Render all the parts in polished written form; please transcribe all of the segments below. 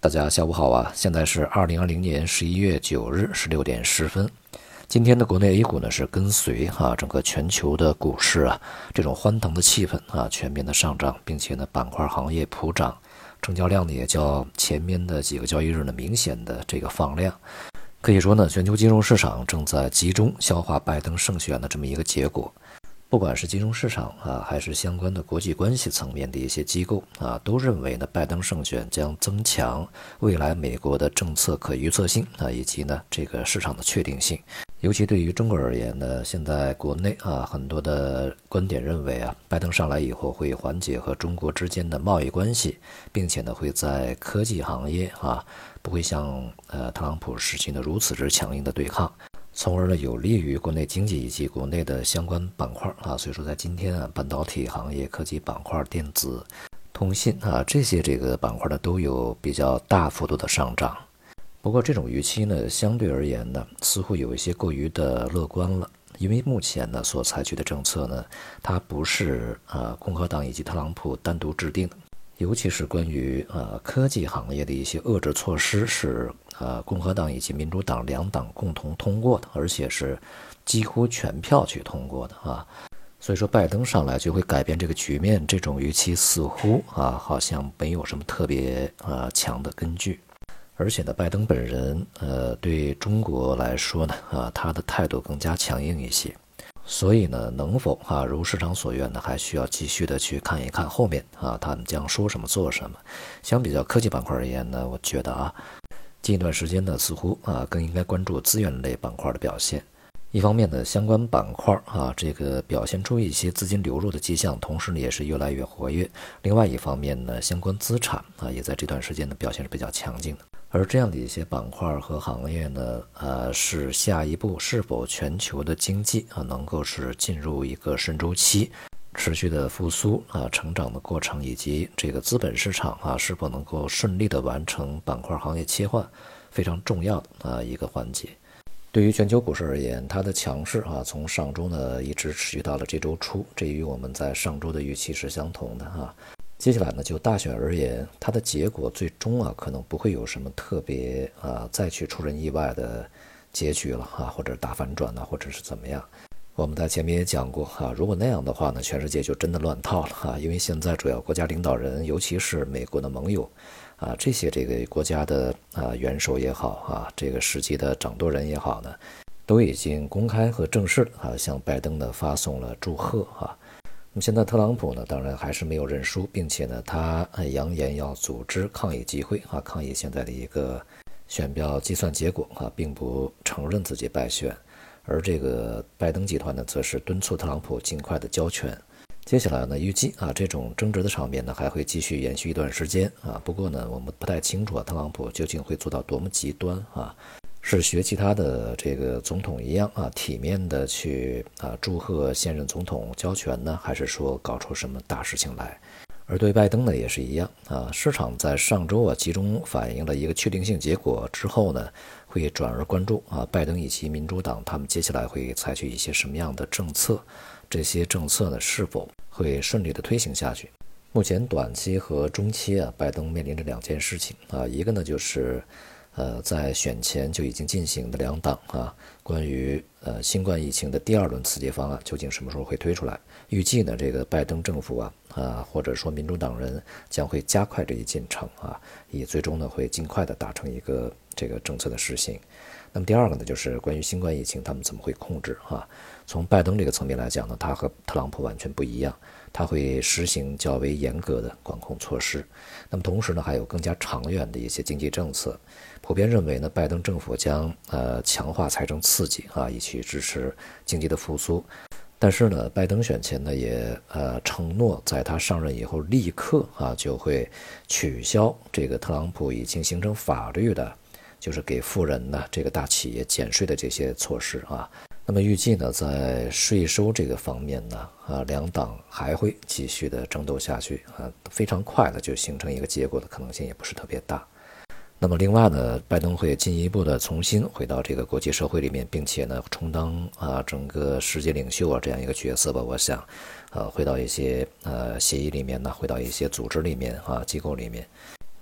大家下午好啊！现在是2020年11月9日16点10分。今天的国内 A 股呢是跟随整个全球的股市这种欢腾的气氛全面的上涨，并且呢板块行业普涨，成交量呢也较前面的几个交易日呢明显的这个放量。可以说呢，全球金融市场正在集中消化拜登胜选的这么一个结果。不管是金融市场还是相关的国际关系层面的一些机构都认为呢，拜登胜选将增强未来美国的政策可预测性以及呢这个市场的确定性。尤其对于中国而言呢，现在国内很多的观点认为拜登上来以后会缓解和中国之间的贸易关系，并且呢会在科技行业不会像特朗普实行的如此之强硬的对抗，从而呢有利于国内经济以及国内的相关板块所以说在今天半导体行业、科技板块、电子、通信这些板块呢都有比较大幅度的上涨。不过这种预期呢相对而言呢似乎有一些过于的乐观了，因为目前呢所采取的政策呢它不是共和党以及特朗普单独制定的，尤其是关于科技行业的一些遏制措施是共和党以及民主党两党共同通过的，而且是几乎全票去通过的所以说拜登上来就会改变这个局面，这种预期似乎好像没有什么特别强的根据。而且呢，拜登本人对中国来说呢他的态度更加强硬一些。所以呢，能否如市场所愿呢，还需要继续的去看一看后面他们将说什么做什么。相比较科技板块而言呢，我觉得近一段时间呢，似乎更应该关注资源类板块的表现。一方面呢，相关板块这个表现出一些资金流入的迹象，同时呢也是越来越活跃。另外一方面呢，相关资产也在这段时间的表现是比较强劲的。而这样的一些板块和行业呢，是下一步是否全球的经济能够是进入一个深周期，持续的复苏成长的过程，以及这个资本市场是否能够顺利的完成板块行业切换，非常重要的一个环节。对于全球股市而言，它的强势从上周呢一直持续到了这周初，这与我们在上周的预期是相同的接下来呢，就大选而言，它的结果最终可能不会有什么特别再去出人意外的结局了或者大反转或者是怎么样。我们在前面也讲过如果那样的话呢，全世界就真的乱套了因为现在主要国家领导人，尤其是美国的盟友这些这个国家的元首也好这个实际的掌舵人也好呢，都已经公开和正式向拜登呢发送了祝贺那么现在特朗普呢，当然还是没有认输，并且呢，他扬言要组织抗议集会抗议现在的一个选票计算结果并不承认自己败选。而这个拜登集团呢，则是敦促特朗普尽快的交权。接下来呢，预计这种争执的场面呢还会继续延续一段时间不过呢，我们不太清楚特朗普究竟会做到多么极端是学其他的这个总统一样体面的去祝贺现任总统交权呢，还是说搞出什么大事情来？而对拜登呢也是一样市场在上周集中反映了一个确定性结果之后呢，会转而关注拜登以及民主党他们接下来会采取一些什么样的政策，这些政策呢是否会顺利的推行下去。目前短期和中期拜登面临着两件事情一个呢就是在选前就已经进行的两党关于新冠疫情的第二轮刺激方案究竟什么时候会推出来？预计呢，这个拜登政府或者说民主党人将会加快这一进程以最终呢会尽快的达成一个这个政策的实行。那么第二个呢，就是关于新冠疫情他们怎么会控制从拜登这个层面来讲呢，他和特朗普完全不一样，他会实行较为严格的管控措施。那么同时呢，还有更加长远的一些经济政策。普遍认为呢，拜登政府将强化财政刺激以去支持经济的复苏。但是呢，拜登选前呢也承诺在他上任以后立刻就会取消这个特朗普已经形成法律的，就是给富人呢这个大企业减税的这些措施那么预计呢，在税收这个方面呢两党还会继续的争斗下去非常快的就形成一个结果的可能性也不是特别大。那么另外呢，拜登会进一步的重新回到这个国际社会里面，并且呢充当整个世界领袖这样一个角色吧。我想回到一些协议里面呢，回到一些组织里面机构里面。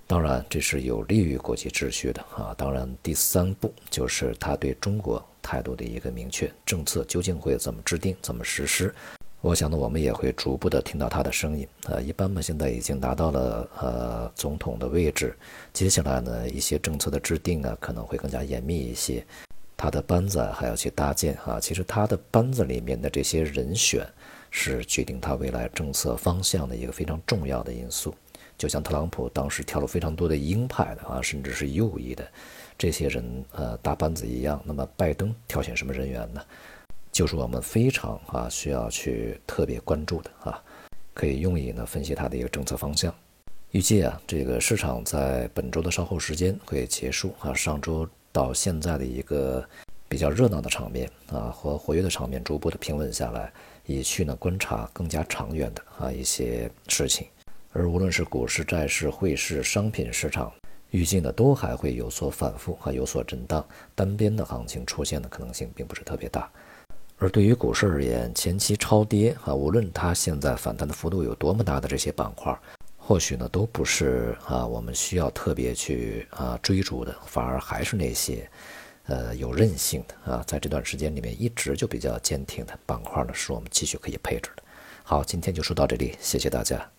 当然，这是有利于国际秩序的啊。当然，第三步就是他对中国态度的一个明确，政策究竟会怎么制定、怎么实施。我想呢，我们也会逐步的听到他的声音。一般嘛，现在已经拿到了总统的位置，接下来呢，一些政策的制定呢，可能会更加严密一些。他的班子还要去搭建啊。其实他的班子里面的这些人选，是决定他未来政策方向的一个非常重要的因素。就像特朗普当时挑了非常多的鹰派的啊，甚至是右翼的这些人搭班子一样。那么拜登挑选什么人员呢？就是我们非常需要去特别关注的啊，可以用以呢分析他的一个政策方向。预计这个市场在本周的稍后时间会结束啊，上周到现在的一个比较热闹的场面和活跃的场面逐步的平稳下来，以去呢观察更加长远的一些事情。而无论是股市、债市、汇市、商品市场，预计呢都还会有所反复有所震荡，单边的行情出现的可能性并不是特别大。而对于股市而言，前期超跌无论它现在反弹的幅度有多么大的这些板块，或许呢都不是我们需要特别去追逐的，反而还是那些有韧性的在这段时间里面一直就比较坚挺的板块呢，是我们继续可以配置的。好，今天就说到这里，谢谢大家。